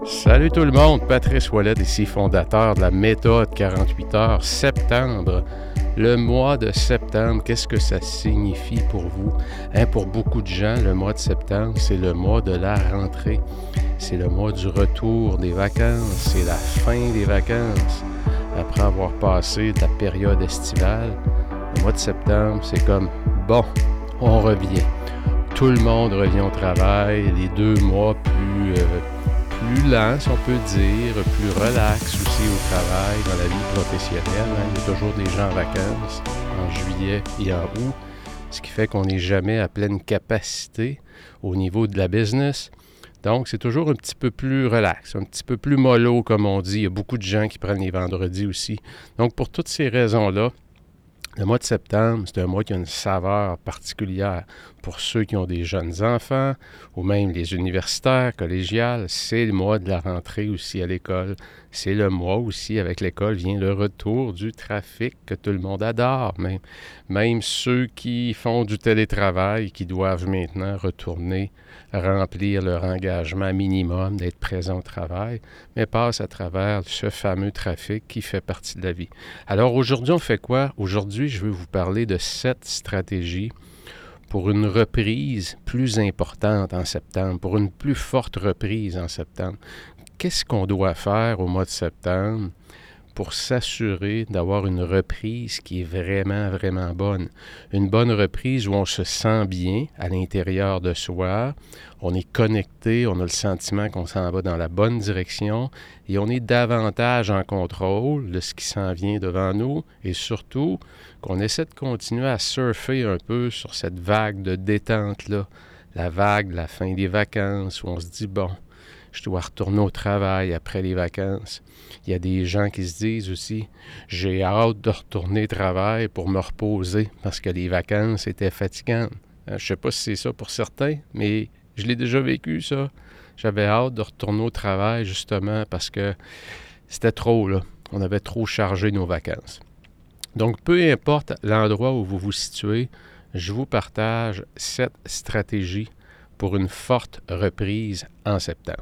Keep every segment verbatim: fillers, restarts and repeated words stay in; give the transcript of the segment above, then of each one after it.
Salut tout le monde, Patrice Ouellet ici, fondateur de la méthode quarante-huit heures, septembre. Le mois de septembre, qu'est-ce que ça signifie pour vous? Hein, pour beaucoup de gens, le mois de septembre, c'est le mois de la rentrée. C'est le mois du retour des vacances, c'est la fin des vacances. Après avoir passé la période estivale, le mois de septembre, c'est comme, bon, on revient. Tout le monde revient au travail, les deux mois plus... Euh, plus lent, si on peut dire, plus relax aussi au travail, dans la vie professionnelle. Hein. Il y a toujours des gens en vacances, en juillet et en août, ce qui fait qu'on n'est jamais à pleine capacité au niveau de la business. Donc, c'est toujours un petit peu plus relax, un petit peu plus mollo, comme on dit. Il y a beaucoup de gens qui prennent les vendredis aussi. Donc, pour toutes ces raisons-là, le mois de septembre, c'est un mois qui a une saveur particulière pour ceux qui ont des jeunes enfants ou même les universitaires, collégiales. C'est le mois de la rentrée aussi à l'école. C'est le mois aussi, avec l'école, vient le retour du trafic que tout le monde adore. Même, même ceux qui font du télétravail, qui doivent maintenant retourner remplir leur engagement minimum d'être présent au travail, mais passent à travers ce fameux trafic qui fait partie de la vie. Alors aujourd'hui, on fait quoi? Aujourd'hui, je veux vous parler de sept stratégies pour une reprise plus importante en septembre, pour une plus forte reprise en septembre. Qu'est-ce qu'on doit faire au mois de septembre pour s'assurer d'avoir une reprise qui est vraiment, vraiment bonne? Une bonne reprise où on se sent bien à l'intérieur de soi, on est connecté, on a le sentiment qu'on s'en va dans la bonne direction et on est davantage en contrôle de ce qui s'en vient devant nous et surtout qu'on essaie de continuer à surfer un peu sur cette vague de détente-là, la vague de la fin des vacances où on se dit, bon, je dois retourner au travail après les vacances. Il y a des gens qui se disent aussi, j'ai hâte de retourner au travail pour me reposer parce que les vacances étaient fatigantes. Je ne sais pas si c'est ça pour certains, mais je l'ai déjà vécu, ça. J'avais hâte de retourner au travail justement parce que c'était trop, là. On avait trop chargé nos vacances. Donc, peu importe l'endroit où vous vous situez, je vous partage cette stratégie pour une forte reprise en septembre.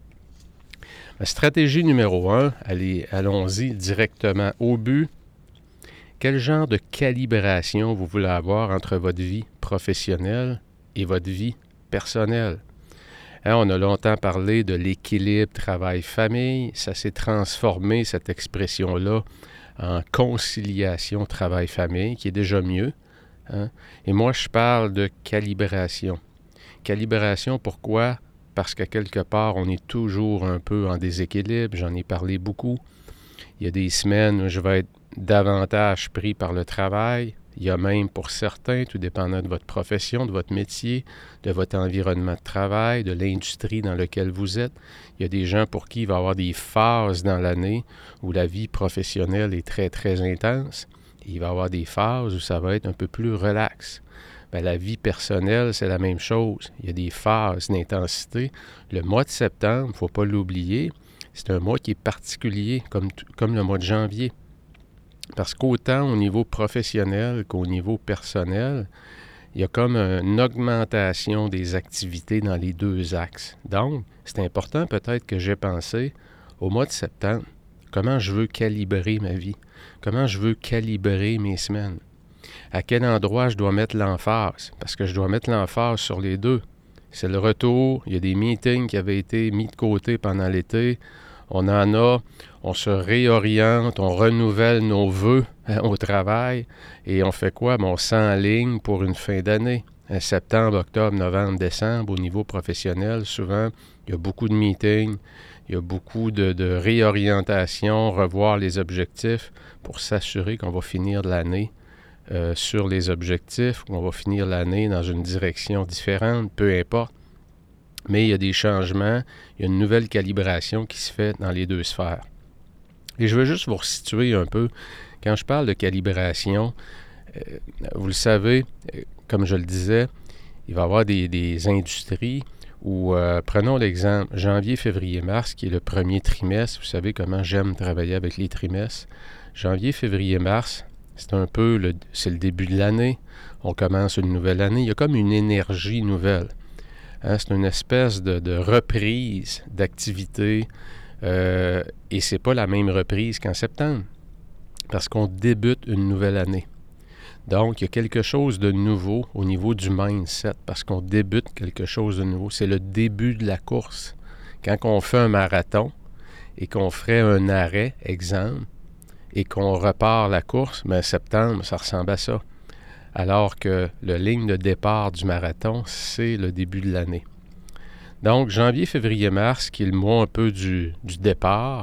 La stratégie numéro un, allez, allons-y directement au but. Quel genre de calibration vous voulez avoir entre votre vie professionnelle et votre vie personnelle? Hein, on a longtemps parlé de l'équilibre travail-famille. Ça s'est transformé, cette expression-là, en conciliation travail-famille, qui est déjà mieux. Hein? Et moi, je parle de calibration. Calibration, pourquoi? Parce qu'à quelque part, on est toujours un peu en déséquilibre. J'en ai parlé beaucoup. Il y a des semaines où je vais être davantage pris par le travail. Il y a même pour certains, tout dépendant de votre profession, de votre métier, de votre environnement de travail, de l'industrie dans laquelle vous êtes. Il y a des gens pour qui il va y avoir des phases dans l'année où la vie professionnelle est très, très intense. Et il va y avoir des phases où ça va être un peu plus relax. Bien, la vie personnelle, c'est la même chose. Il y a des phases d'intensité. Le mois de septembre, il ne faut pas l'oublier, c'est un mois qui est particulier, comme, comme le mois de janvier. Parce qu'autant au niveau professionnel qu'au niveau personnel, il y a comme une augmentation des activités dans les deux axes. Donc, c'est important peut-être que j'ai pensé au mois de septembre, comment je veux calibrer ma vie, comment je veux calibrer mes semaines. À quel endroit je dois mettre l'emphase? Parce que je dois mettre l'emphase sur les deux. C'est le retour. Il y a des meetings qui avaient été mis de côté pendant l'été. On en a, on se réoriente, on renouvelle nos vœux hein, au travail. Et on fait quoi? Bien, on s'enligne pour une fin d'année. Septembre, octobre, novembre, décembre, au niveau professionnel, souvent, il y a beaucoup de meetings. Il y a beaucoup de, de réorientation, revoir les objectifs pour s'assurer qu'on va finir l'année Euh, sur les objectifs, on va finir l'année dans une direction différente, peu importe. Mais il y a des changements, il y a une nouvelle calibration qui se fait dans les deux sphères. Et je veux juste vous resituer un peu. Quand je parle de calibration, euh, vous le savez, euh, comme je le disais, il va y avoir des, des industries où, euh, prenons l'exemple, janvier, février, mars, qui est le premier trimestre. Vous savez comment j'aime travailler avec les trimestres. Janvier, février, mars, c'est un peu, le, c'est le début de l'année. On commence une nouvelle année. Il y a comme une énergie nouvelle. Hein, c'est une espèce de, de reprise d'activité euh, et c'est pas la même reprise qu'en septembre parce qu'on débute une nouvelle année. Donc, il y a quelque chose de nouveau au niveau du mindset parce qu'on débute quelque chose de nouveau. C'est le début de la course. Quand on fait un marathon et qu'on ferait un arrêt, exemple, et qu'on repart la course, bien, septembre, ça ressemble à ça. Alors que la ligne de départ du marathon, c'est le début de l'année. Donc, janvier, février, mars, qui est le mois un peu du, du départ.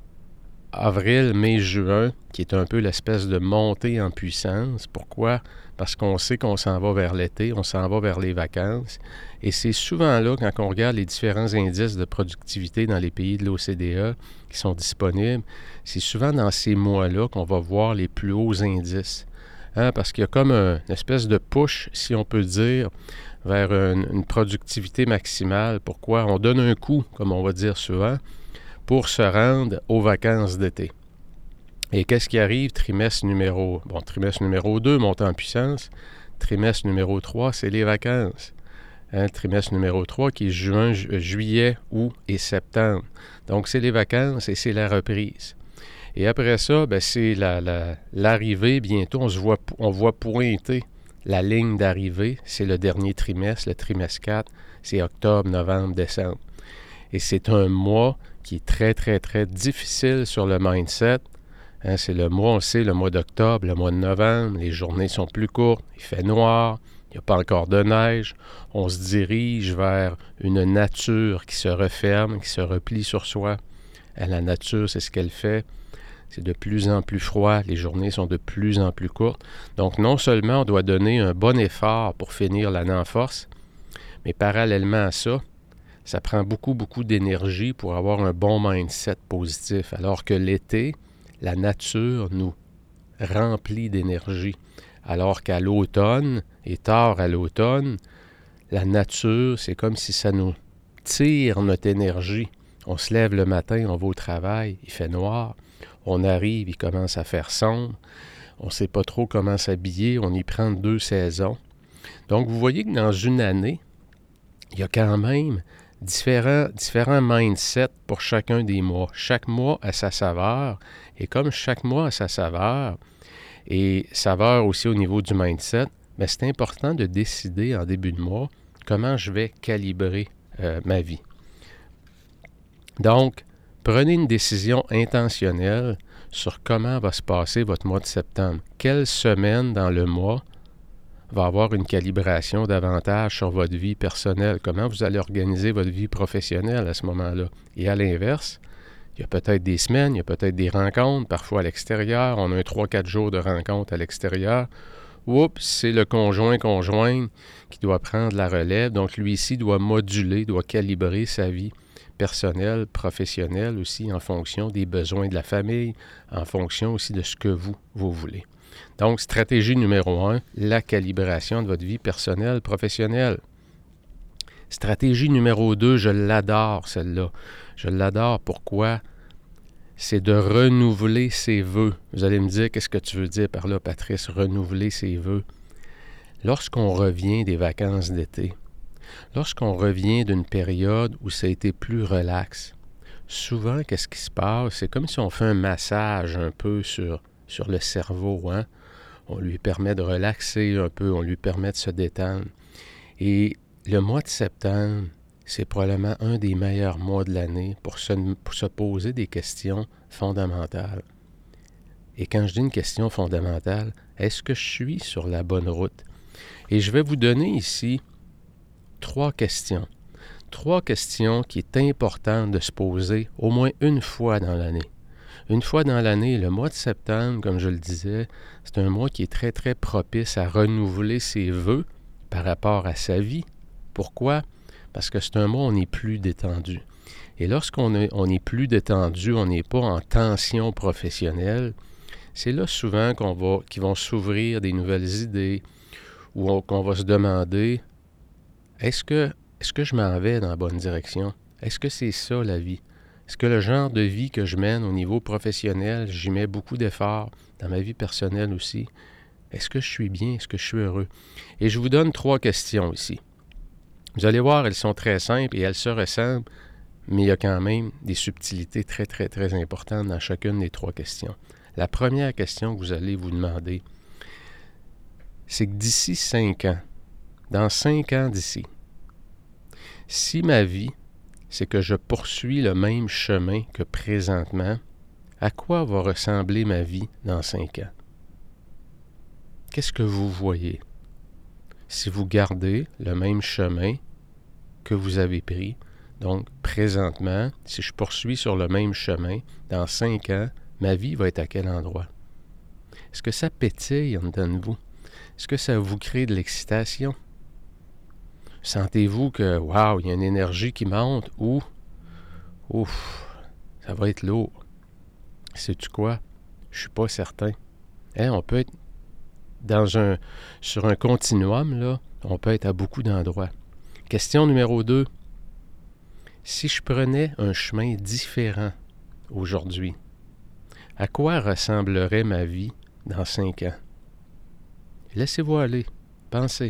Avril, mai, juin, qui est un peu l'espèce de montée en puissance. Pourquoi? Parce qu'on sait qu'on s'en va vers l'été, on s'en va vers les vacances. Et c'est souvent là, quand on regarde les différents indices de productivité dans les pays de l'O C D E qui sont disponibles, c'est souvent dans ces mois-là qu'on va voir les plus hauts indices. Hein? Parce qu'il y a comme un, une espèce de push, si on peut dire, vers une, une productivité maximale. Pourquoi? On donne un coup, comme on va dire souvent, pour se rendre aux vacances d'été. Et qu'est-ce qui arrive? Trimestre numéro... Bon, trimestre numéro deux, montée en puissance. Trimestre numéro trois, c'est les vacances. Hein, trimestre numéro trois, qui est juin, ju- juillet, août et septembre. Donc, c'est les vacances et c'est la reprise. Et après ça, ben, c'est la, la, l'arrivée. Bientôt, on se voit, on voit pointer la ligne d'arrivée. C'est le dernier trimestre, le trimestre quatre. C'est octobre, novembre, décembre. Et c'est un mois qui est très, très, très difficile sur le mindset. Hein, c'est le mois, on sait, le mois d'octobre, le mois de novembre, les journées sont plus courtes, il fait noir, il n'y a pas encore de neige. On se dirige vers une nature qui se referme, qui se replie sur soi. Hein, la nature, c'est ce qu'elle fait. C'est de plus en plus froid, les journées sont de plus en plus courtes. Donc, non seulement on doit donner un bon effort pour finir l'année en force, mais parallèlement à ça, ça prend beaucoup, beaucoup d'énergie pour avoir un bon mindset positif. Alors que l'été, la nature nous remplit d'énergie. Alors qu'à l'automne, et tard à l'automne, la nature, c'est comme si ça nous tire notre énergie. On se lève le matin, on va au travail, il fait noir. On arrive, il commence à faire sombre. On ne sait pas trop comment s'habiller, on y prend deux saisons. Donc, vous voyez que dans une année, il y a quand même Différents, différents mindsets pour chacun des mois. Chaque mois a sa saveur. Et comme chaque mois a sa saveur, et saveur aussi au niveau du mindset, bien, c'est important de décider en début de mois comment je vais calibrer euh, ma vie. Donc, prenez une décision intentionnelle sur comment va se passer votre mois de septembre. Quelle semaine dans le mois va avoir une calibration davantage sur votre vie personnelle. Comment vous allez organiser votre vie professionnelle à ce moment-là. Et à l'inverse, il y a peut-être des semaines, il y a peut-être des rencontres, parfois à l'extérieur. On a un trois quatre jours de rencontres à l'extérieur. Oups, c'est le conjoint-conjoint qui doit prendre la relève. Donc, lui-ci doit moduler, doit calibrer sa vie personnelle, professionnelle aussi en fonction des besoins de la famille, en fonction aussi de ce que vous, vous voulez. Donc, stratégie numéro un, la calibration de votre vie personnelle, professionnelle. Stratégie numéro deux, je l'adore celle-là. Je l'adore, pourquoi? C'est de renouveler ses vœux. Vous allez me dire, qu'est-ce que tu veux dire par là, Patrice, renouveler ses vœux? Lorsqu'on revient des vacances d'été, lorsqu'on revient d'une période où ça a été plus relax, souvent, qu'est-ce qui se passe? C'est comme si on fait un massage un peu sur, sur le cerveau, hein? On lui permet de relaxer un peu, on lui permet de se détendre. Et le mois de septembre, c'est probablement un des meilleurs mois de l'année pour se, pour se poser des questions fondamentales. Et quand je dis une question fondamentale, est-ce que je suis sur la bonne route? Et je vais vous donner ici trois questions. Trois questions qui est important de se poser au moins une fois dans l'année. Une fois dans l'année, le mois de septembre, comme je le disais, c'est un mois qui est très, très propice à renouveler ses vœux par rapport à sa vie. Pourquoi? Parce que c'est un mois où on est plus détendu. Et lorsqu'on est, on est plus détendu, on n'est pas en tension professionnelle, c'est là souvent qu'on va, qu'ils vont s'ouvrir des nouvelles idées ou on, qu'on va se demander, est-ce que, est-ce que je m'en vais dans la bonne direction? Est-ce que c'est ça la vie? Est-ce que le genre de vie que je mène au niveau professionnel, j'y mets beaucoup d'efforts, dans ma vie personnelle aussi? Est-ce que je suis bien? Est-ce que je suis heureux? Et je vous donne trois questions ici. Vous allez voir, elles sont très simples et elles se ressemblent, mais il y a quand même des subtilités très, très, très importantes dans chacune des trois questions. La première question que vous allez vous demander, c'est que d'ici cinq ans, dans cinq ans d'ici, si ma vie, c'est que je poursuis le même chemin que présentement, à quoi va ressembler ma vie dans cinq ans? Qu'est-ce que vous voyez? Si vous gardez le même chemin que vous avez pris, donc présentement, si je poursuis sur le même chemin, dans cinq ans, ma vie va être à quel endroit? Est-ce que ça pétille en dedans de vous? Est-ce que ça vous crée de l'excitation? Sentez-vous que, waouh, il y a une énergie qui monte ou, ouf, ça va être lourd. Sais-tu quoi? Je suis pas certain. Hein, on peut être dans un, sur un continuum, là, on peut être à beaucoup d'endroits. Question numéro deux. Si je prenais un chemin différent aujourd'hui, à quoi ressemblerait ma vie dans cinq ans? Laissez-vous aller. Pensez.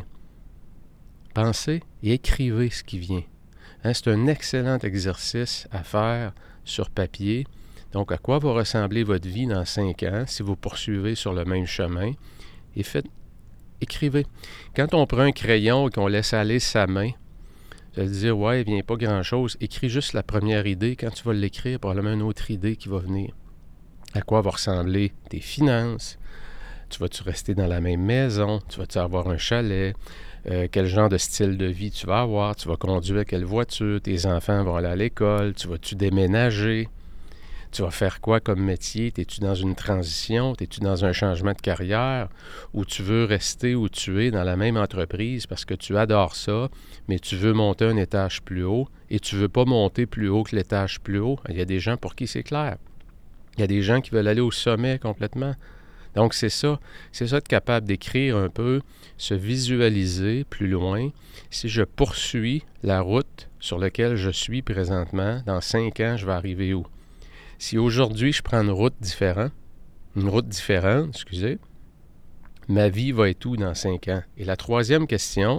Pensez et écrivez ce qui vient. Hein, c'est un excellent exercice à faire sur papier. Donc, à quoi va ressembler votre vie dans cinq ans si vous poursuivez sur le même chemin? Et faites, écrivez. Quand on prend un crayon et qu'on laisse aller sa main, vous allez dire, ouais, il ne vient pas grand-chose. Écris juste la première idée. Quand tu vas l'écrire, probablement une autre idée qui va venir. À quoi vont ressembler tes finances? Tu vas-tu rester dans la même maison? Tu vas-tu avoir un chalet? Euh, quel genre de style de vie tu vas avoir? Tu vas conduire quelle voiture? Tes enfants vont aller à l'école? Tu vas-tu déménager? Tu vas faire quoi comme métier? Es-tu dans une transition? Es-tu dans un changement de carrière? Ou tu veux rester où tu es dans la même entreprise parce que tu adores ça, mais tu veux monter un étage plus haut et tu ne veux pas monter plus haut que l'étage plus haut? Il y a des gens pour qui c'est clair. Il y a des gens qui veulent aller au sommet complètement. Donc, c'est ça. C'est ça d'être capable d'écrire un peu, se visualiser plus loin. Si je poursuis la route sur laquelle je suis présentement, dans cinq ans, je vais arriver où? Si aujourd'hui, je prends une route différente, une route différente, excusez, ma vie va être où dans cinq ans? Et la troisième question,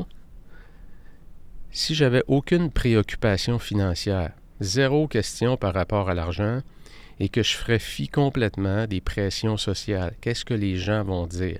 si j'avais aucune préoccupation financière, zéro question par rapport à l'argent, et que je ferais fi complètement des pressions sociales, qu'est-ce que les gens vont dire?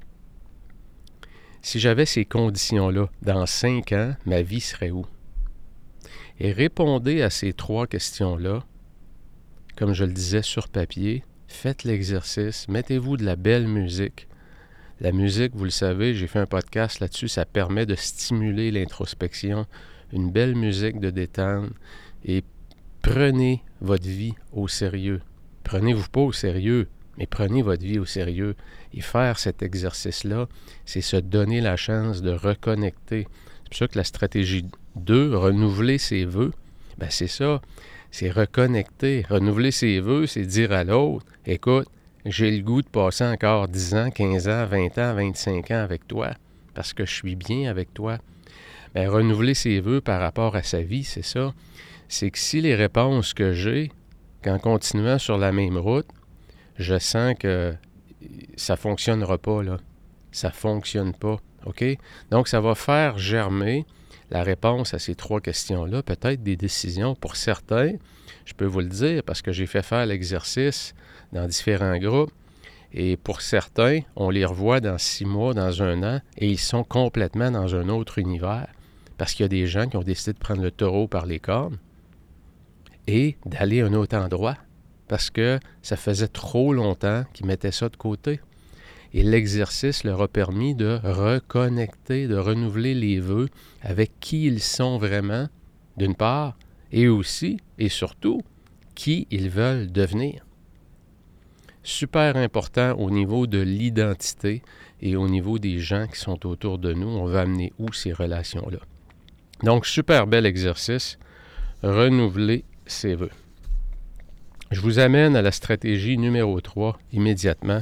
Si j'avais ces conditions-là, dans cinq ans, ma vie serait où? Et répondez à ces trois questions-là, comme je le disais sur papier, faites l'exercice, mettez-vous de la belle musique. La musique, vous le savez, j'ai fait un podcast là-dessus, ça permet de stimuler l'introspection, une belle musique de détente, et prenez votre vie au sérieux. Prenez-vous pas au sérieux, mais prenez votre vie au sérieux. Et faire cet exercice-là, c'est se donner la chance de reconnecter. C'est pour ça que la stratégie deux, renouveler ses vœux, ben c'est ça. C'est reconnecter. Renouveler ses vœux, c'est dire à l'autre, écoute, j'ai le goût de passer encore dix ans, quinze ans, vingt ans, vingt-cinq ans avec toi, parce que je suis bien avec toi. Bien, renouveler ses vœux par rapport à sa vie, c'est ça. C'est que si les réponses que j'ai, qu'en continuant sur la même route, je sens que ça ne fonctionnera pas, là. Ça ne fonctionne pas, OK? Donc, ça va faire germer la réponse à ces trois questions-là, peut-être des décisions. Pour certains, je peux vous le dire, parce que j'ai fait faire l'exercice dans différents groupes, et pour certains, on les revoit dans six mois, dans un an, et ils sont complètement dans un autre univers, parce qu'il y a des gens qui ont décidé de prendre le taureau par les cornes et d'aller à un autre endroit, parce que ça faisait trop longtemps qu'ils mettaient ça de côté. Et l'exercice leur a permis de reconnecter, de renouveler les vœux avec qui ils sont vraiment, d'une part, et aussi, et surtout, qui ils veulent devenir. Super important au niveau de l'identité et au niveau des gens qui sont autour de nous. On va amener où ces relations-là? Donc, super bel exercice. Renouveler ses vœux. Je vous amène à la stratégie numéro trois immédiatement.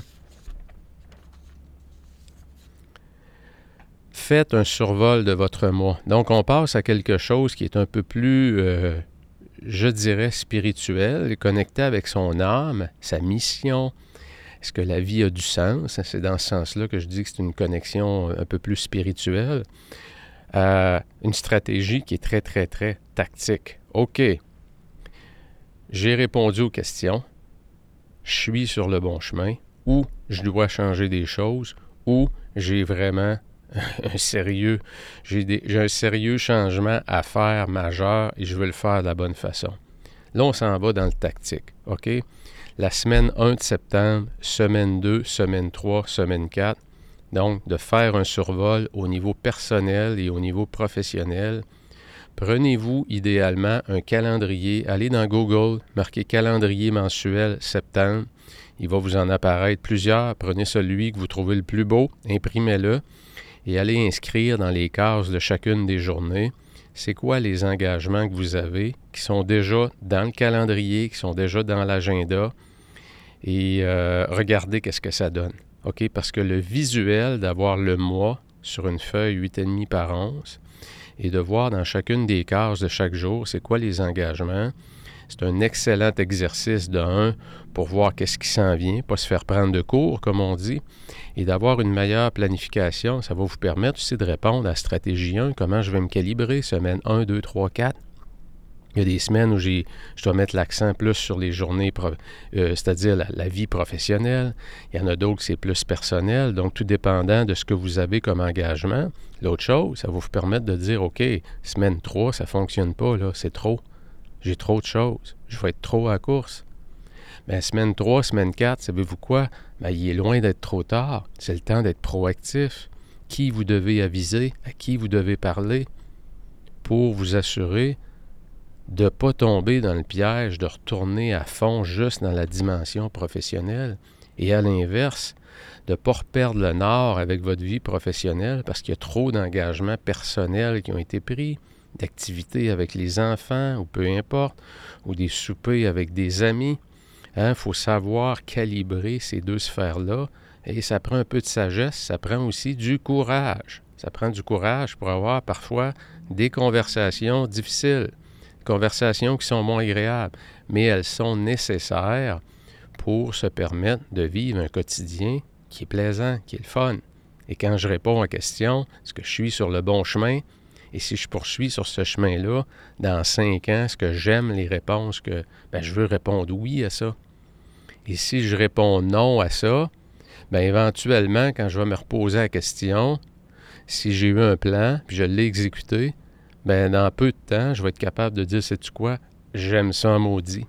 Faites un survol de votre mois. Donc, on passe à quelque chose qui est un peu plus, euh, je dirais, spirituel, connecté avec son âme, sa mission. Est-ce que la vie a du sens? C'est dans ce sens-là que je dis que c'est une connexion un peu plus spirituelle. à une stratégie qui est très, très, très tactique. OK, j'ai répondu aux questions, je suis sur le bon chemin, ou je dois changer des choses, ou j'ai vraiment un sérieux, j'ai, des, j'ai un sérieux changement à faire majeur et je veux le faire de la bonne façon. Là, on s'en va dans le tactique, OK? La semaine un de septembre, semaine deux, semaine trois, semaine quatre, donc de faire un survol au niveau personnel et au niveau professionnel. Prenez-vous idéalement un calendrier, allez dans Google, marquez calendrier mensuel septembre, il va vous en apparaître plusieurs, prenez celui que vous trouvez le plus beau, imprimez-le et allez inscrire dans les cases de chacune des journées, c'est quoi les engagements que vous avez qui sont déjà dans le calendrier, qui sont déjà dans l'agenda et euh, regardez qu'est-ce que ça donne. OK? Parce que le visuel d'avoir le mois sur une feuille huit virgule cinq par onze et de voir dans chacune des cases de chaque jour, c'est quoi les engagements. C'est un excellent exercice de un pour voir qu'est-ce qui s'en vient, pas se faire prendre de court, comme on dit, et d'avoir une meilleure planification. Ça va vous permettre aussi de répondre à stratégie un, comment je vais me calibrer, semaine un, deux, trois, quatre. Il y a des semaines où j'ai, je dois mettre l'accent plus sur les journées, pro, euh, c'est-à-dire la, la vie professionnelle. Il y en a d'autres que c'est plus personnel, donc tout dépendant de ce que vous avez comme engagement. L'autre chose, ça va vous permettre de dire, OK, semaine trois, ça ne fonctionne pas, là, c'est trop. J'ai trop de choses. Je vais être trop à la course. Bien, semaine trois, semaine quatre, savez-vous quoi? Bien, il est loin d'être trop tard. C'est le temps d'être proactif. Qui vous devez aviser? À qui vous devez parler? Pour vous assurer de ne pas tomber dans le piège de retourner à fond juste dans la dimension professionnelle. Et à l'inverse, de ne pas perdre le nord avec votre vie professionnelle parce qu'il y a trop d'engagements personnels qui ont été pris, d'activités avec les enfants, ou peu importe, ou des soupers avec des amis. Il hein, faut savoir calibrer ces deux sphères-là, et ça prend un peu de sagesse, ça prend aussi du courage. Ça prend du courage pour avoir parfois des conversations difficiles, conversations qui sont moins agréables, mais elles sont nécessaires pour se permettre de vivre un quotidien qui est plaisant, qui est le fun. Et quand je réponds à la question, est-ce que je suis sur le bon chemin? Et si je poursuis sur ce chemin-là, dans cinq ans, est-ce que j'aime les réponses que ben, je veux répondre oui à ça? Et si je réponds non à ça, bien éventuellement, quand je vais me reposer la question, si j'ai eu un plan, puis je l'ai exécuté, bien dans peu de temps, je vais être capable de dire, sais-tu quoi? J'aime ça en maudit.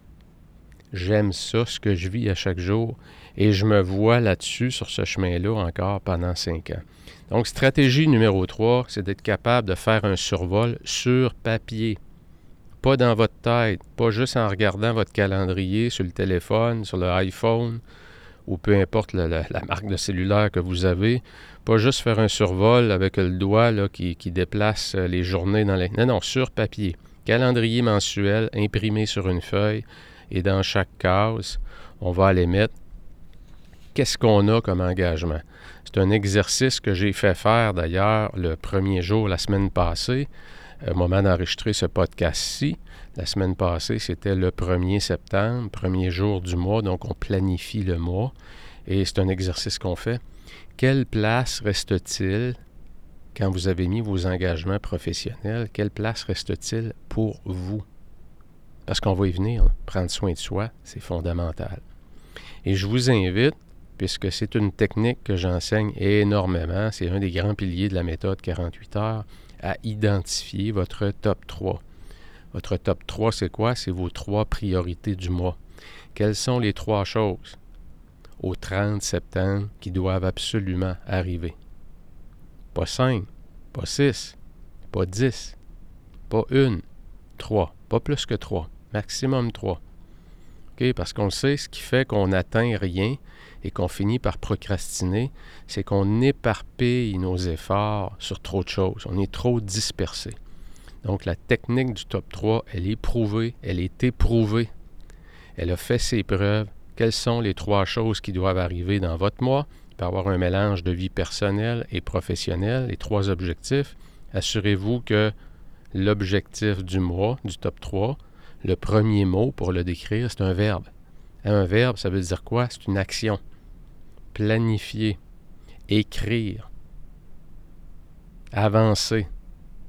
J'aime ça, ce que je vis à chaque jour. Et je me vois là-dessus, sur ce chemin-là, encore pendant cinq ans. Donc, stratégie numéro trois, c'est d'être capable de faire un survol sur papier. Pas dans votre tête, pas juste en regardant votre calendrier sur le téléphone, sur le iPhone, ou peu importe la, la, la marque de cellulaire que vous avez. Pas juste faire un survol avec le doigt là, qui, qui déplace les journées dans les... Non, non, sur papier. Calendrier mensuel imprimé sur une feuille. Et dans chaque case, on va aller mettre qu'est-ce qu'on a comme engagement. C'est un exercice que j'ai fait faire d'ailleurs le premier jour la semaine passée, au moment d'enregistrer ce podcast-ci. La semaine passée, c'était le premier septembre, premier jour du mois, donc on planifie le mois. Et c'est un exercice qu'on fait. Quelle place reste-t-il, quand vous avez mis vos engagements professionnels, quelle place reste-t-il pour vous? Parce qu'on va y venir, prendre soin de soi, c'est fondamental. Et je vous invite, puisque c'est une technique que j'enseigne énormément, c'est un des grands piliers de la méthode quarante-huit heures, à identifier votre top trois. Votre top trois, c'est quoi? C'est vos trois priorités du mois. Quelles sont les trois choses au trente septembre qui doivent absolument arriver? Pas cinq, pas six, pas dix, pas une, trois, pas plus que trois, maximum trois. Okay? Parce qu'on le sait, ce qui fait qu'on n'atteint rien et qu'on finit par procrastiner, c'est qu'on éparpille nos efforts sur trop de choses. On est trop dispersé. Donc, la technique du top trois, elle est prouvée, elle est éprouvée. Elle a fait ses preuves. Quelles sont les trois choses qui doivent arriver dans votre mois? Il peut y avoir un mélange de vie personnelle et professionnelle, les trois objectifs. Assurez-vous que l'objectif du mois, du top trois, le premier mot pour le décrire, c'est un verbe. Un verbe, ça veut dire quoi? C'est une action. Planifier, écrire, avancer,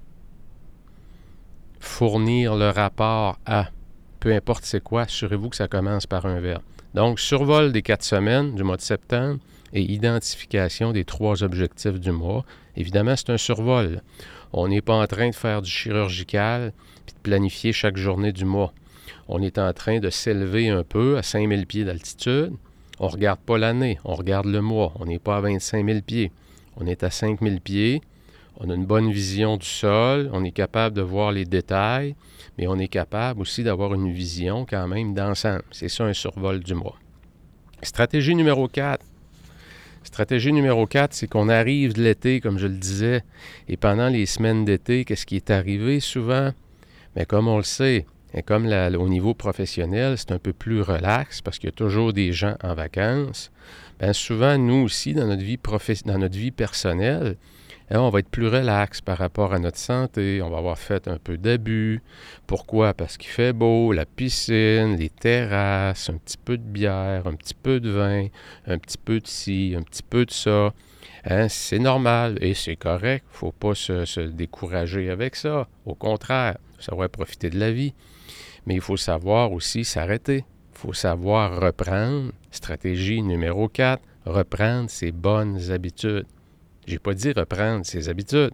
fournir le rapport à, peu importe c'est quoi, assurez-vous que ça commence par un verbe. Donc, survol des quatre semaines du mois de septembre et identification des trois objectifs du mois. Évidemment, c'est un survol. On n'est pas en train de faire du chirurgical et de planifier chaque journée du mois. On est en train de s'élever un peu à cinq mille pieds d'altitude. On ne regarde pas l'année, on regarde le mois. On n'est pas à vingt-cinq mille pieds. On est à cinq mille pieds. On a une bonne vision du sol. On est capable de voir les détails, mais on est capable aussi d'avoir une vision quand même d'ensemble. C'est ça un survol du mois. Stratégie numéro quatre. Stratégie numéro quatre, c'est qu'on arrive de l'été, comme je le disais, et pendant les semaines d'été, qu'est-ce qui est arrivé souvent? Bien, comme on le sait, et comme la, au niveau professionnel, c'est un peu plus relax parce qu'il y a toujours des gens en vacances. Bien, souvent, nous aussi, dans notre vie, profe... dans notre vie personnelle, hein, on va être plus relax par rapport à notre santé. On va avoir fait un peu d'abus. Pourquoi? Parce qu'il fait beau, la piscine, les terrasses, un petit peu de bière, un petit peu de vin, un petit peu de ci, un petit peu de ça. Hein, c'est normal et c'est correct. Il ne faut pas se, se décourager avec ça. Au contraire, il faut savoir profiter de la vie. Mais il faut savoir aussi s'arrêter. Il faut savoir reprendre. Stratégie numéro quatre, reprendre ses bonnes habitudes. J'ai pas dit reprendre ses habitudes.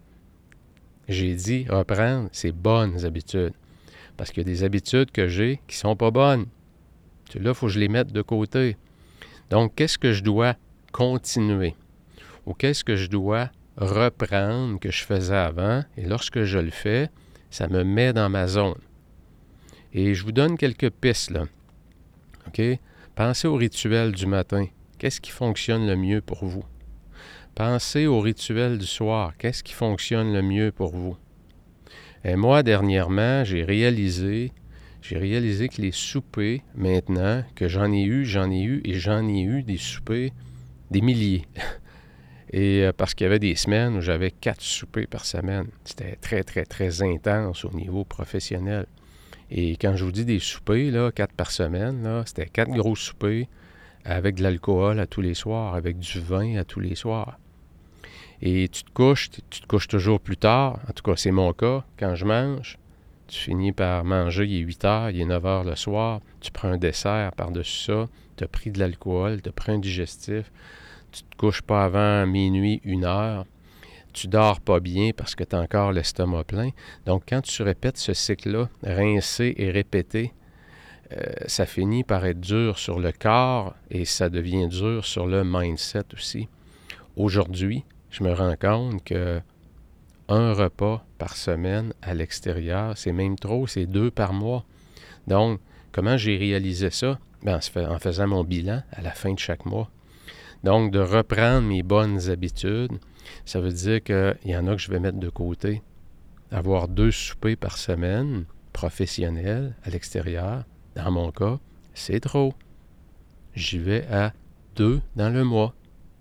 J'ai dit reprendre ses bonnes habitudes. Parce qu'il y a des habitudes que j'ai qui sont pas bonnes. Là, il faut que je les mette de côté. Donc, qu'est-ce que je dois continuer? Ou qu'est-ce que je dois reprendre que je faisais avant? Et lorsque je le fais, ça me met dans ma zone. Et je vous donne quelques pistes, là. OK? Pensez au rituel du matin. Qu'est-ce qui fonctionne le mieux pour vous? Pensez au rituel du soir. Qu'est-ce qui fonctionne le mieux pour vous? Et moi, dernièrement, j'ai réalisé, j'ai réalisé que les soupers, maintenant, que j'en ai eu, j'en ai eu et j'en ai eu des soupers, des milliers. Et euh, parce qu'il y avait des semaines où j'avais quatre soupers par semaine. C'était très, très, très intense au niveau professionnel. Et quand je vous dis des soupers, là, quatre par semaine, là, c'était quatre gros soupers avec de l'alcool à tous les soirs, avec du vin à tous les soirs. Et tu te couches, tu te couches toujours plus tard. En tout cas, c'est mon cas. Quand je mange, tu finis par manger, il est huit heures, il est neuf heures le soir. Tu prends un dessert par-dessus ça. Tu as pris de l'alcool, tu as pris un digestif. Tu te couches pas avant minuit, une heure. Tu dors pas bien parce que tu as encore l'estomac plein. Donc, quand tu répètes ce cycle-là, rincer et répéter, euh, ça finit par être dur sur le corps et ça devient dur sur le mindset aussi. Aujourd'hui, je me rends compte que un repas par semaine à l'extérieur, c'est même trop, c'est deux par mois. Donc, comment j'ai réalisé ça? Bien, en faisant mon bilan à la fin de chaque mois. Donc, de reprendre mes bonnes habitudes, ça veut dire qu'il y en a que je vais mettre de côté. Avoir deux soupers par semaine, professionnels, à l'extérieur, dans mon cas, c'est trop. J'y vais à deux dans le mois.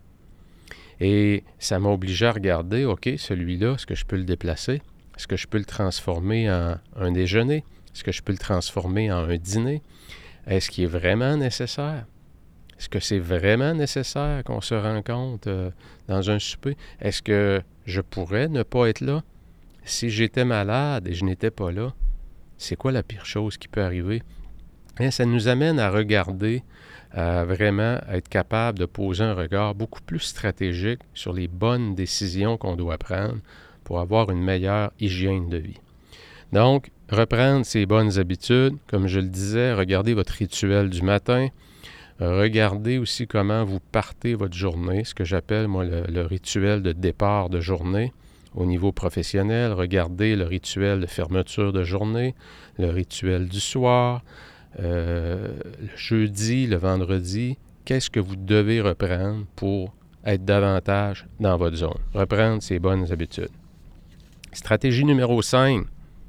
Et ça m'a obligé à regarder, OK, celui-là, est-ce que je peux le déplacer? Est-ce que je peux le transformer en un déjeuner? Est-ce que je peux le transformer en un dîner? Est-ce qu'il est vraiment nécessaire? Est-ce que c'est vraiment nécessaire qu'on se rencontre euh, dans un souper? Est-ce que je pourrais ne pas être là? Si j'étais malade et je n'étais pas là, c'est quoi la pire chose qui peut arriver? Hein, ça nous amène à regarder, à vraiment être capable de poser un regard beaucoup plus stratégique sur les bonnes décisions qu'on doit prendre pour avoir une meilleure hygiène de vie. Donc, reprendre ces bonnes habitudes, comme je le disais, regardez votre rituel du matin, regardez aussi comment vous partez votre journée, ce que j'appelle, moi, le, le rituel de départ de journée au niveau professionnel. Regardez le rituel de fermeture de journée, le rituel du soir, euh, le jeudi, le vendredi. Qu'est-ce que vous devez reprendre pour être davantage dans votre zone? Reprendre ces bonnes habitudes. Stratégie numéro cinq.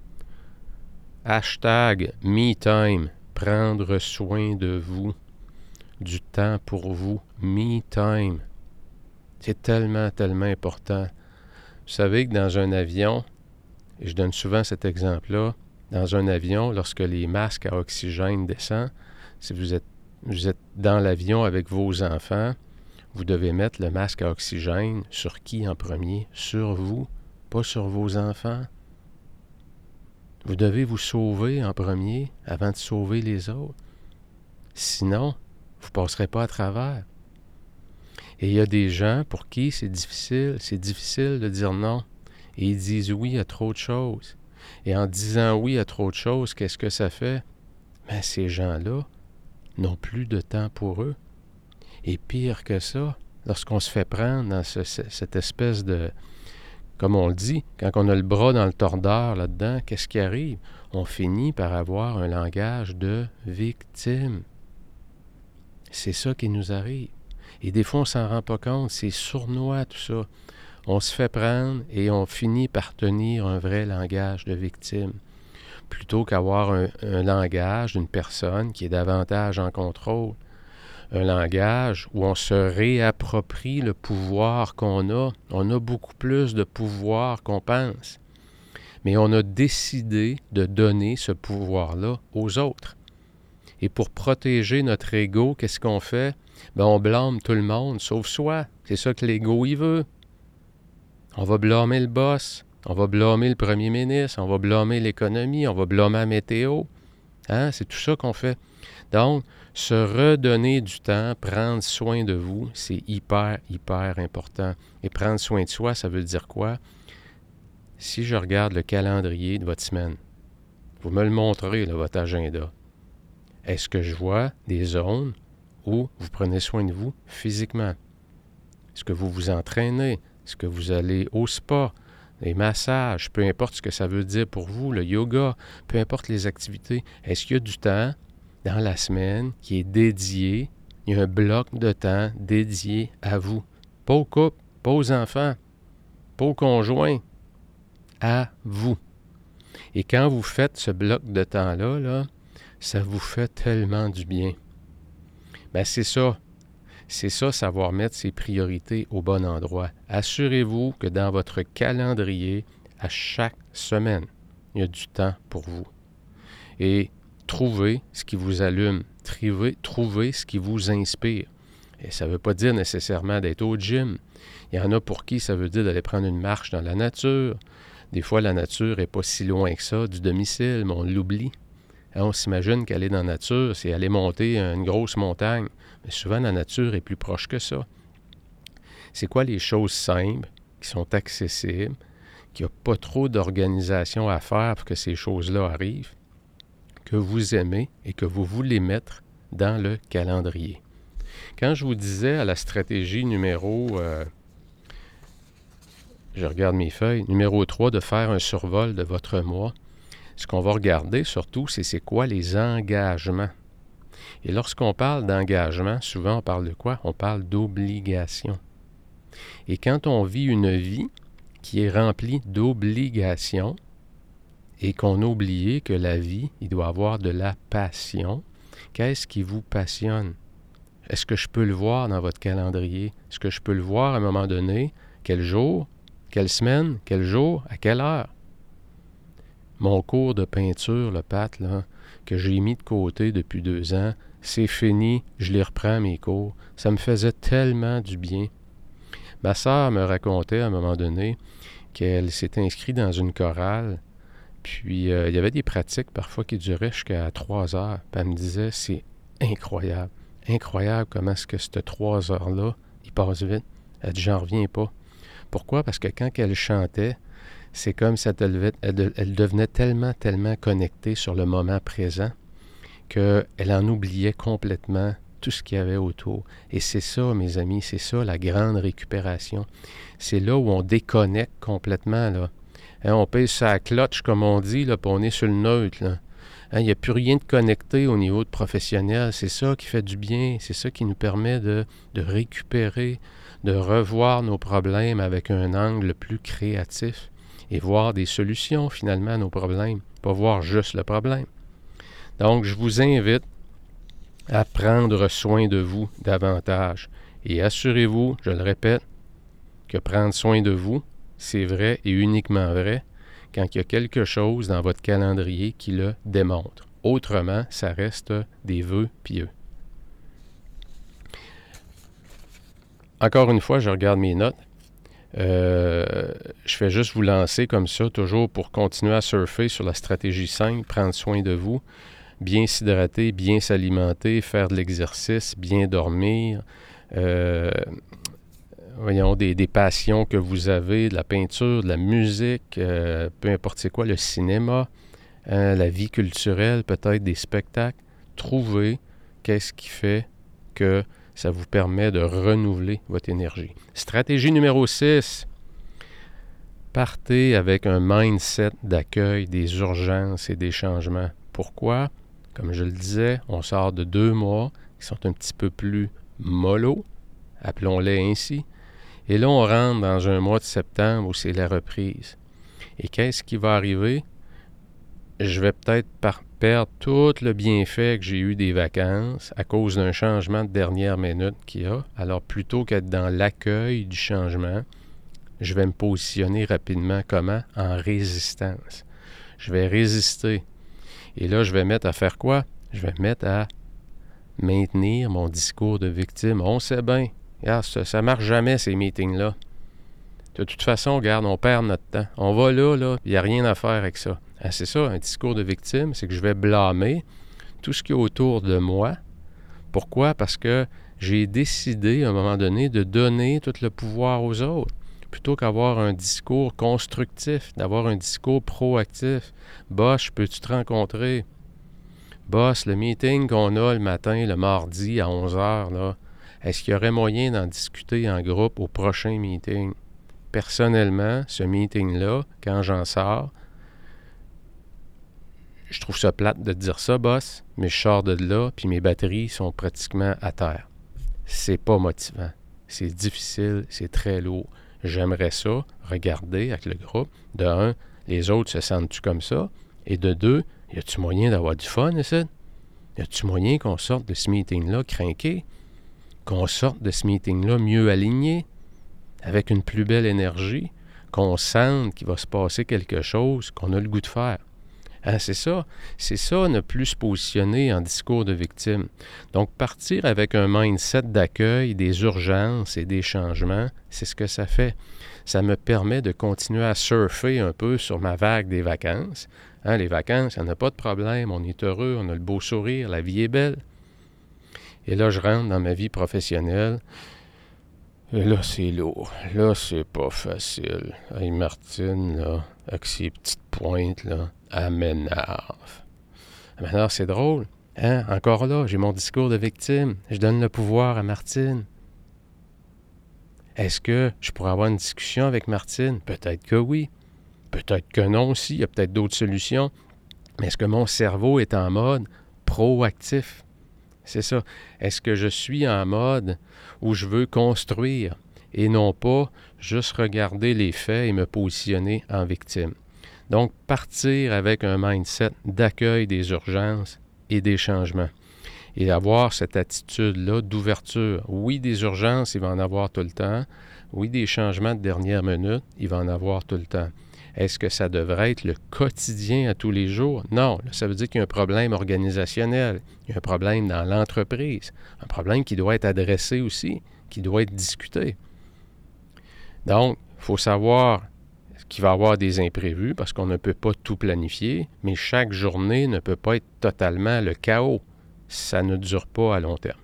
Hashtag MeTime. Prendre soin de vous. Du temps pour vous. MeTime. C'est tellement, tellement important. Vous savez que dans un avion, et je donne souvent cet exemple-là, dans un avion, lorsque les masques à oxygène descendent, si vous êtes, vous êtes dans l'avion avec vos enfants, vous devez mettre le masque à oxygène sur qui en premier? Sur vous, pas sur vos enfants. Vous devez vous sauver en premier avant de sauver les autres. Sinon, vous ne passerez pas à travers. Et il y a des gens pour qui c'est difficile, c'est difficile de dire non. Et ils disent oui à trop de choses. Et en disant oui à trop de choses, qu'est-ce que ça fait? Ben, ces gens-là n'ont plus de temps pour eux. Et pire que ça, lorsqu'on se fait prendre dans ce, cette espèce de... Comme on le dit, quand on a le bras dans le tordeur là-dedans, qu'est-ce qui arrive? On finit par avoir un langage de victime. C'est ça qui nous arrive. Et des fois, on ne s'en rend pas compte. C'est sournois, tout ça. On se fait prendre et on finit par tenir un vrai langage de victime. Plutôt qu'avoir un, un langage d'une personne qui est davantage en contrôle. Un langage où on se réapproprie le pouvoir qu'on a. On a beaucoup plus de pouvoir qu'on pense. Mais on a décidé de donner ce pouvoir-là aux autres. Et pour protéger notre ego, qu'est-ce qu'on fait? Ben, on blâme tout le monde, sauf soi. C'est ça que l'ego, il veut. On va blâmer le boss, on va blâmer le premier ministre, on va blâmer l'économie, on va blâmer la météo. Hein? C'est tout ça qu'on fait. Donc, se redonner du temps, prendre soin de vous, c'est hyper, hyper important. Et prendre soin de soi, ça veut dire quoi? Si je regarde le calendrier de votre semaine, vous me le montrez, là, votre agenda. Est-ce que je vois des zones où vous prenez soin de vous physiquement? Est-ce que vous vous entraînez? Est-ce que vous allez au spa? Les massages, peu importe ce que ça veut dire pour vous, le yoga, peu importe les activités. Est-ce qu'il y a du temps dans la semaine qui est dédié, il y a un bloc de temps dédié à vous? Pas au couple, pas aux enfants, pas aux conjoints, à vous. Et quand vous faites ce bloc de temps-là, là, ça vous fait tellement du bien. Bien, c'est ça. C'est ça, savoir mettre ses priorités au bon endroit. Assurez-vous que dans votre calendrier, à chaque semaine, il y a du temps pour vous. Et trouvez ce qui vous allume. Trouvez, trouvez ce qui vous inspire. Et ça ne veut pas dire nécessairement d'être au gym. Il y en a pour qui ça veut dire d'aller prendre une marche dans la nature. Des fois, la nature n'est pas si loin que ça du domicile, mais on l'oublie. Hein, on s'imagine qu'aller dans la nature, c'est aller monter une grosse montagne. Mais souvent, la nature est plus proche que ça. C'est quoi les choses simples, qui sont accessibles, qu'il n'y a pas trop d'organisation à faire pour que ces choses-là arrivent, que vous aimez et que vous voulez mettre dans le calendrier? Quand je vous disais à la stratégie numéro... Euh, je regarde mes feuilles, numéro trois, de faire un survol de votre mois, ce qu'on va regarder surtout, c'est c'est quoi les engagements. Et lorsqu'on parle d'engagement, souvent on parle de quoi? On parle d'obligation. Et quand on vit une vie qui est remplie d'obligations et qu'on a oublié que la vie, il doit avoir de la passion, qu'est-ce qui vous passionne? Est-ce que je peux le voir dans votre calendrier? Est-ce que je peux le voir à un moment donné? Quel jour? Quelle semaine? Quel jour? À quelle heure? Mon cours de peinture, le Pat, là, que j'ai mis de côté depuis deux ans, c'est fini, je les reprends mes cours. Ça me faisait tellement du bien. Ma sœur me racontait à un moment donné qu'elle s'était inscrite dans une chorale, puis euh, il y avait des pratiques parfois qui duraient jusqu'à trois heures. Puis elle me disait, c'est incroyable, incroyable comment est-ce que ces trois heures-là, ils passent vite. Elle dit, j'en reviens pas. Pourquoi? Parce que quand elle chantait, c'est comme si elle, elle, elle devenait tellement, tellement connectée sur le moment présent qu'elle en oubliait complètement tout ce qu'il y avait autour. Et c'est ça, mes amis, c'est ça la grande récupération. C'est là où on déconnecte complètement, là. Hein, on pèse sa clutch, comme on dit, là, puis on est sur le neutre, là. Hein, il n'y a plus rien de connecté au niveau de professionnel. C'est ça qui fait du bien. C'est ça qui nous permet de, de récupérer, de revoir nos problèmes avec un angle plus créatif et voir des solutions, finalement, à nos problèmes. Pas voir juste le problème. Donc, je vous invite à prendre soin de vous davantage. Et assurez-vous, je le répète, que prendre soin de vous, c'est vrai et uniquement vrai quand il y a quelque chose dans votre calendrier qui le démontre. Autrement, ça reste des vœux pieux. Encore une fois, je regarde mes notes. Euh, je fais juste vous lancer comme ça, toujours pour continuer à surfer sur la stratégie simple, prendre soin de vous, bien s'hydrater, bien s'alimenter, faire de l'exercice, bien dormir, euh, voyons, des, des passions que vous avez, de la peinture, de la musique, euh, peu importe c'est quoi, le cinéma, hein, la vie culturelle, peut-être des spectacles. Trouvez qu'est-ce qui fait que ça vous permet de renouveler votre énergie. Stratégie numéro six. Partez avec un mindset d'accueil des urgences et des changements. Pourquoi? Comme je le disais, on sort de deux mois qui sont un petit peu plus mollo, appelons-les ainsi. Et là, on rentre dans un mois de septembre où c'est la reprise. Et qu'est-ce qui va arriver? Je vais peut-être par- perdre tout le bienfait que j'ai eu des vacances à cause d'un changement de dernière minute qu'il y a. Alors, plutôt qu'être dans l'accueil du changement, je vais me positionner rapidement comment? En résistance. Je vais résister. Et là, je vais mettre à faire quoi? Je vais me mettre à maintenir mon discours de victime. On sait bien. Regarde, ça ne marche jamais, ces meetings-là. De toute façon, regarde, on perd notre temps. On va là, là, il n'y a rien à faire avec ça. Ah, c'est ça, un discours de victime, c'est que je vais blâmer tout ce qui est autour de moi. Pourquoi? Parce que j'ai décidé, à un moment donné, de donner tout le pouvoir aux autres, plutôt qu'avoir un discours constructif, d'avoir un discours proactif. Boss, peux-tu te rencontrer? Boss, le meeting qu'on a le matin, le mardi à onze heures, là, est-ce qu'il y aurait moyen d'en discuter en groupe au prochain meeting? Personnellement, ce meeting-là, quand j'en sors, je trouve ça plate de dire ça, boss, mais je sors de là, puis mes batteries sont pratiquement à terre. C'est pas motivant. C'est difficile, c'est très lourd. J'aimerais ça, regarder avec le groupe. De un, les autres se sentent-tu comme ça? Et de deux, y a-tu moyen d'avoir du fun, ici? Y a-tu moyen qu'on sorte de ce meeting-là crinqué? Qu'on sorte de ce meeting-là mieux aligné? Avec une plus belle énergie? Qu'on sente qu'il va se passer quelque chose qu'on a le goût de faire? Hein, c'est ça. C'est ça, ne plus se positionner en discours de victime. Donc, partir avec un mindset d'accueil, des urgences et des changements, c'est ce que ça fait. Ça me permet de continuer à surfer un peu sur ma vague des vacances. Hein, les vacances, il n'y en a pas de problème. On est heureux, on a le beau sourire, la vie est belle. Et là, je rentre dans ma vie professionnelle. Et là, c'est lourd. Là, c'est pas facile. Hey, Martine, là, avec ses petites pointes, là, elle m'énerve. Elle m'énerve, c'est drôle. Hein? Encore là, j'ai mon discours de victime. Je donne le pouvoir à Martine. Est-ce que je pourrais avoir une discussion avec Martine? Peut-être que oui. Peut-être que non aussi. Il y a peut-être d'autres solutions. Mais est-ce que mon cerveau est en mode proactif? C'est ça. Est-ce que je suis en mode où je veux construire et non pas juste regarder les faits et me positionner en victime? Donc, partir avec un mindset d'accueil des urgences et des changements. Et avoir cette attitude-là d'ouverture. Oui, des urgences, il va en avoir tout le temps. Oui, des changements de dernière minute, il va en avoir tout le temps. Est-ce que ça devrait être le quotidien à tous les jours? Non, ça veut dire qu'il y a un problème organisationnel, il y a un problème dans l'entreprise, un problème qui doit être adressé aussi, qui doit être discuté. Donc, il faut savoir qu'il va y avoir des imprévus parce qu'on ne peut pas tout planifier, mais chaque journée ne peut pas être totalement le chaos. Ça ne dure pas à long terme.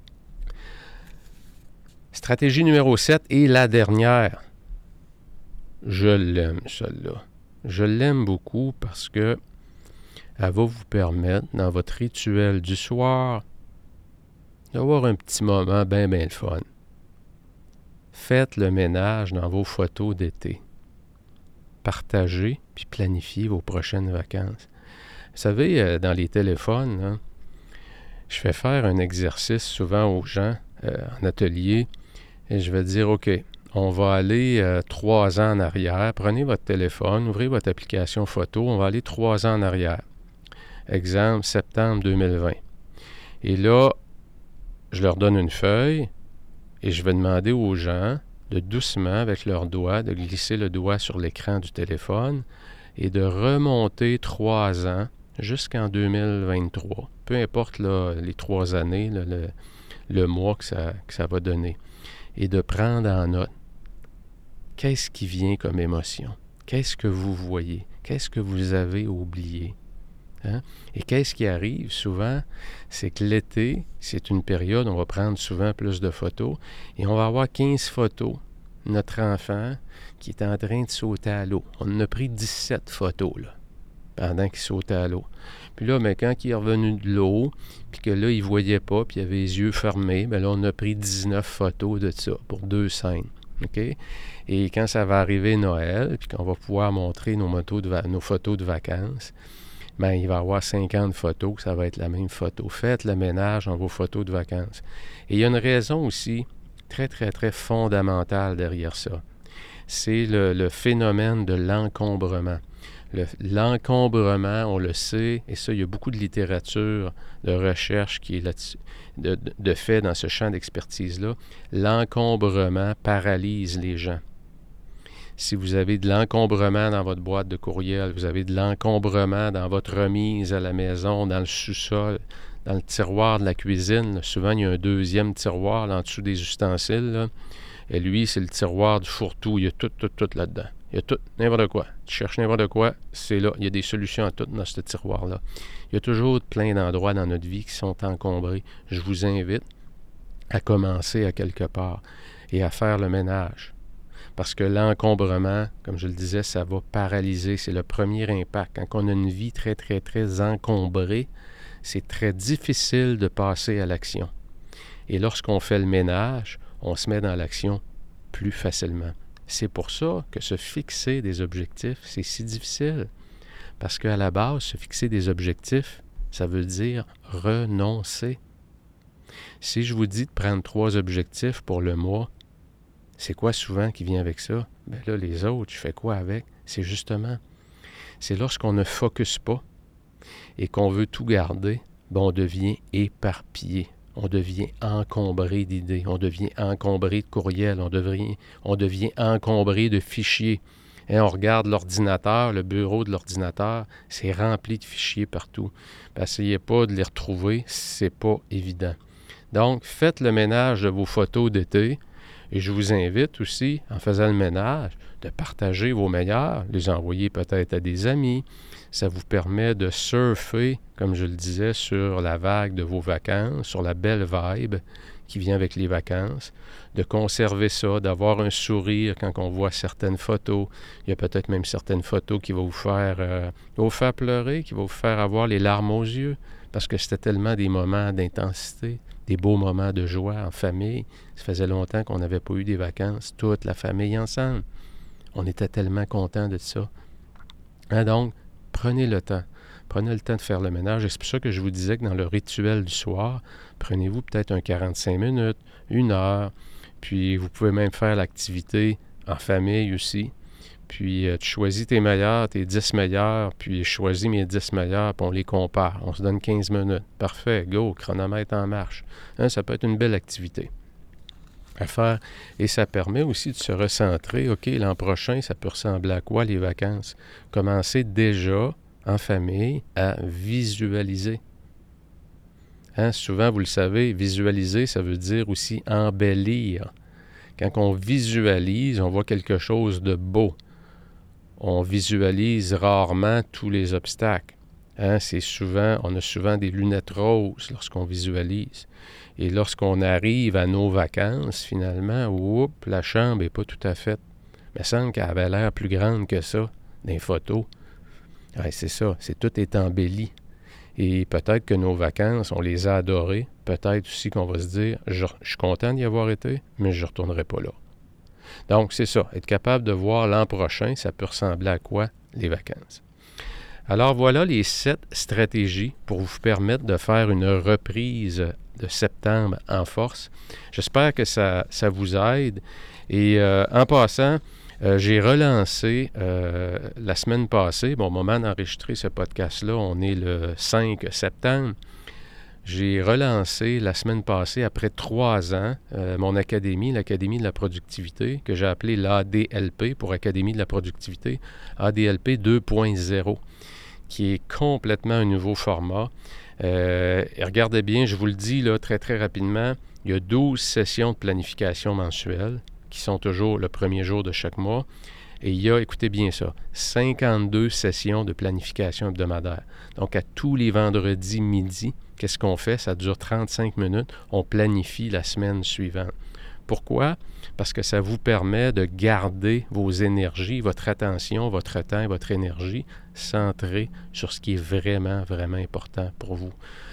Stratégie numéro sept et la dernière. Je l'aime, celle-là. Je l'aime beaucoup parce que elle va vous permettre, dans votre rituel du soir, d'avoir un petit moment bien, bien le fun. Faites le ménage dans vos photos d'été. Partagez puis planifiez vos prochaines vacances. Vous savez, dans les téléphones, hein, je fais faire un exercice souvent aux gens euh, en atelier et je vais dire, OK, on va aller euh, trois ans en arrière. Prenez votre téléphone, ouvrez votre application photo, on va aller trois ans en arrière. Exemple, septembre deux mille vingt. Et là, je leur donne une feuille et je vais demander aux gens de doucement, avec leurs doigts, de glisser le doigt sur l'écran du téléphone et de remonter trois ans jusqu'en deux mille vingt-trois. Peu importe là, les trois années, là, le, le mois que ça, que ça va donner. Et de prendre en note qu'est-ce qui vient comme émotion? Qu'est-ce que vous voyez? Qu'est-ce que vous avez oublié? Hein? Et qu'est-ce qui arrive souvent? C'est que l'été, c'est une période, on va prendre souvent plus de photos, et on va avoir quinze photos. Notre enfant qui est en train de sauter à l'eau. On en a pris dix-sept photos, là, pendant qu'il sautait à l'eau. Puis là, mais quand il est revenu de l'eau, puis que là, il ne voyait pas, puis il avait les yeux fermés, bien là, on a pris dix-neuf photos de ça, pour deux scènes. OK? Et quand ça va arriver Noël, puis qu'on va pouvoir montrer nos, motos de va- nos photos de vacances, bien, il va y avoir cinquante photos, ça va être la même photo. Faites le ménage dans vos photos de vacances. Et il y a une raison aussi très, très, très fondamentale derrière ça. C'est le, le phénomène de l'encombrement. Le, l'encombrement, on le sait, et ça, il y a beaucoup de littérature, de recherche qui est là-dessus, de, de, de fait dans ce champ d'expertise-là. L'encombrement paralyse les gens. Si vous avez de l'encombrement dans votre boîte de courriel, vous avez de l'encombrement dans votre remise à la maison, dans le sous-sol, dans le tiroir de la cuisine, là, souvent il y a un deuxième tiroir là, en dessous des ustensiles, là, et lui, c'est le tiroir du fourre-tout. Il y a tout, tout, tout là-dedans. Il y a tout, n'importe quoi. Tu cherches n'importe quoi, c'est là. Il y a des solutions à tout dans ce tiroir-là. Il y a toujours plein d'endroits dans notre vie qui sont encombrés. Je vous invite à commencer à quelque part et à faire le ménage. Parce que l'encombrement, comme je le disais, ça va paralyser. C'est le premier impact. Quand on a une vie très, très, très encombrée, c'est très difficile de passer à l'action. Et lorsqu'on fait le ménage, on se met dans l'action plus facilement. C'est pour ça que se fixer des objectifs, c'est si difficile. Parce qu'à la base, se fixer des objectifs, ça veut dire renoncer. Si je vous dis de prendre trois objectifs pour le mois, c'est quoi souvent qui vient avec ça? Bien là, les autres, je fais quoi avec? C'est justement, c'est lorsqu'on ne focus pas et qu'on veut tout garder, bien on devient éparpillé. On devient encombré d'idées, on devient encombré de courriels, on devient, on devient encombré de fichiers. Et on regarde l'ordinateur, le bureau de l'ordinateur, c'est rempli de fichiers partout. Essayez pas de les retrouver, c'est pas évident. Donc, faites le ménage de vos photos d'été. Et je vous invite aussi, en faisant le ménage, de partager vos meilleurs, les envoyer peut-être à des amis. Ça vous permet de surfer, comme je le disais, sur la vague de vos vacances, sur la belle vibe qui vient avec les vacances, de conserver ça, d'avoir un sourire quand on voit certaines photos. Il y a peut-être même certaines photos qui vont vous faire, euh, vous faire pleurer, qui vont vous faire avoir les larmes aux yeux, parce que c'était tellement des moments d'intensité, des beaux moments de joie en famille. Ça faisait longtemps qu'on n'avait pas eu des vacances, toute la famille ensemble. On était tellement contents de ça. Hein, donc, prenez le temps. Prenez le temps de faire le ménage. Et c'est pour ça que je vous disais que dans le rituel du soir, prenez-vous peut-être un quarante-cinq minutes, une heure, puis vous pouvez même faire l'activité en famille aussi. Puis euh, tu choisis tes meilleurs, tes dix meilleurs, puis je choisis mes dix meilleurs, puis on les compare. On se donne quinze minutes. Parfait, go, chronomètre en marche. Hein, ça peut être une belle activité à faire. Et ça permet aussi de se recentrer. OK, l'an prochain, ça peut ressembler à quoi les vacances? Commencez déjà en famille à visualiser. Hein, souvent, vous le savez, visualiser, ça veut dire aussi embellir. Quand on visualise, on voit quelque chose de beau. On visualise rarement tous les obstacles. Hein, c'est souvent, on a souvent des lunettes roses lorsqu'on visualise. Et lorsqu'on arrive à nos vacances, finalement, oups, la chambre n'est pas tout à fait. Il me semble qu'elle avait l'air plus grande que ça, dans les photos. Ouais, c'est ça, c'est tout est embelli. Et peut-être que nos vacances, on les a adorées. Peut-être aussi qu'on va se dire, je, je suis content d'y avoir été, mais je ne retournerai pas là. Donc, c'est ça. Être capable de voir l'an prochain, ça peut ressembler à quoi les vacances. Alors, voilà les sept stratégies pour vous permettre de faire une reprise de septembre en force. J'espère que ça, ça vous aide. Et euh, en passant, euh, j'ai relancé euh, la semaine passée, bon, au moment d'enregistrer ce podcast-là, on est le cinq septembre. J'ai relancé la semaine passée, après trois ans, euh, mon académie, l'Académie de la productivité, que j'ai appelée l'A D L P pour Académie de la productivité, A D L P deux point zéro, qui est complètement un nouveau format. Euh, regardez bien, je vous le dis là très très rapidement, il y a douze sessions de planification mensuelle qui qui sont toujours le premier jour de chaque mois. Et il y a, écoutez bien ça, cinquante-deux sessions de planification hebdomadaire. Donc, à tous les vendredis midi, qu'est-ce qu'on fait? Ça dure trente-cinq minutes. On planifie la semaine suivante. Pourquoi? Parce que ça vous permet de garder vos énergies, votre attention, votre temps et votre énergie centrés sur ce qui est vraiment, vraiment important pour vous.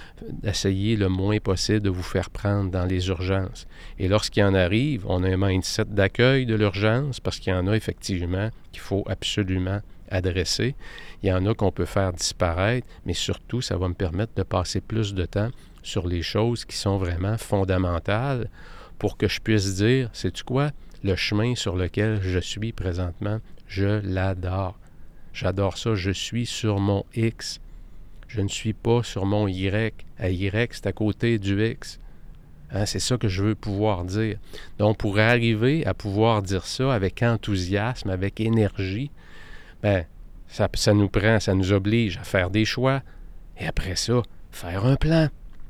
Essayez le moins possible de vous faire prendre dans les urgences. Et lorsqu'il en arrive, on a un mindset d'accueil de l'urgence parce qu'il y en a effectivement qu'il faut absolument adresser. Il y en a qu'on peut faire disparaître, mais surtout, ça va me permettre de passer plus de temps sur les choses qui sont vraiment fondamentales pour que je puisse dire, sais-tu quoi? Le chemin sur lequel je suis présentement, je l'adore. J'adore ça, je suis sur mon X. Je ne suis pas sur mon Y. À Y, c'est à côté du X. Hein, c'est ça que je veux pouvoir dire. Donc, pour arriver à pouvoir dire ça avec enthousiasme, avec énergie, bien, ça, ça nous prend, ça nous oblige à faire des choix. Et après ça, faire un plan.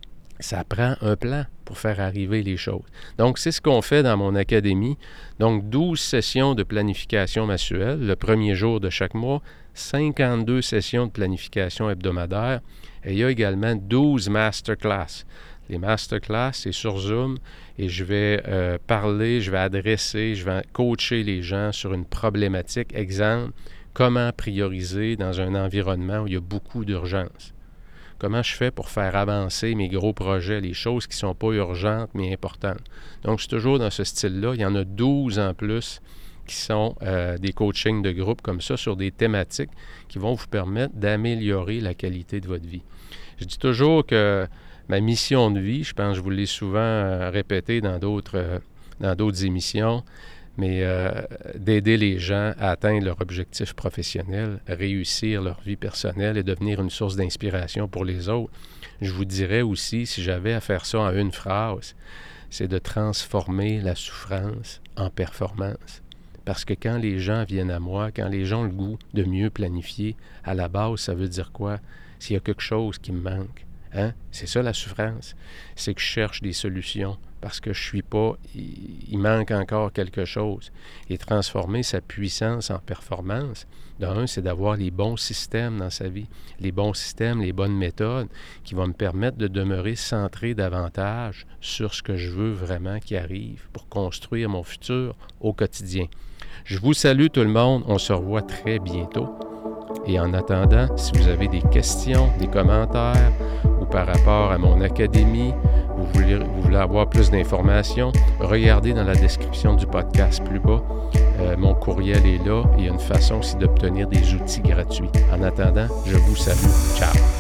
Ça prend un plan pour faire arriver les choses. Donc, c'est ce qu'on fait dans mon académie. Donc, douze sessions de planification mensuelle, le premier jour de chaque mois, cinquante-deux sessions de planification hebdomadaire, et il y a également douze masterclass. Les masterclass, c'est sur Zoom, et je vais euh, parler, je vais adresser, je vais coacher les gens sur une problématique. Exemple, comment prioriser dans un environnement où il y a beaucoup d'urgence. Comment je fais pour faire avancer mes gros projets, les choses qui ne sont pas urgentes mais importantes. Donc, c'est toujours dans ce style-là. Il y en a douze en plus qui sont euh, des coachings de groupe comme ça sur des thématiques qui vont vous permettre d'améliorer la qualité de votre vie. Je dis toujours que ma mission de vie, je pense que je vous l'ai souvent euh, répété dans d'autres, euh, dans d'autres émissions, mais euh, d'aider les gens à atteindre leur objectif professionnel, réussir leur vie personnelle et devenir une source d'inspiration pour les autres. Je vous dirais aussi, si j'avais à faire ça en une phrase, c'est de transformer la souffrance en performance. Parce que quand les gens viennent à moi, quand les gens ont le goût de mieux planifier, à la base, ça veut dire quoi? S'il y a quelque chose qui me manque, hein? C'est ça la souffrance. C'est que je cherche des solutions parce que je suis pas, il, il manque encore quelque chose. Et transformer sa puissance en performance, d'un, c'est d'avoir les bons systèmes dans sa vie, les bons systèmes, les bonnes méthodes qui vont me permettre de demeurer centré davantage sur ce que je veux vraiment qui arrive pour construire mon futur au quotidien. Je vous salue tout le monde, on se revoit très bientôt. Et en attendant, si vous avez des questions, des commentaires ou par rapport à mon académie, vous voulez, vous voulez avoir plus d'informations, regardez dans la description du podcast plus bas. Euh, mon courriel est là et il y a une façon aussi d'obtenir des outils gratuits. En attendant, je vous salue. Ciao!